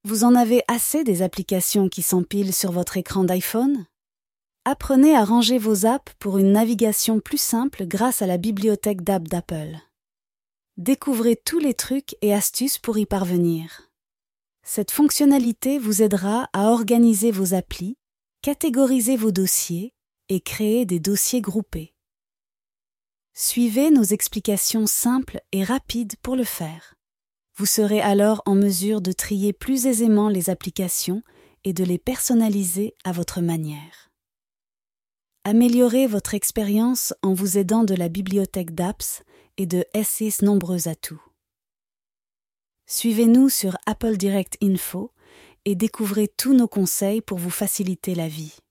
Vous en avez assez des applications qui s'empilent sur votre écran d'iPhone? Apprenez à ranger vos apps pour une navigation plus simple grâce à la bibliothèque d'apps d'Apple. Découvrez tous les trucs et astuces pour y parvenir. Cette fonctionnalité vous aidera à organiser vos applis, catégoriser vos dossiers et créer des dossiers groupés. Suivez nos explications simples et rapides pour le faire. Vous serez alors en mesure de trier plus aisément les applications et de les personnaliser à votre manière. Améliorez votre expérience en vous aidant de la bibliothèque d'apps et de SE's nombreux atouts. Suivez-nous sur Apple Direct Info et découvrez tous nos conseils pour vous faciliter la vie.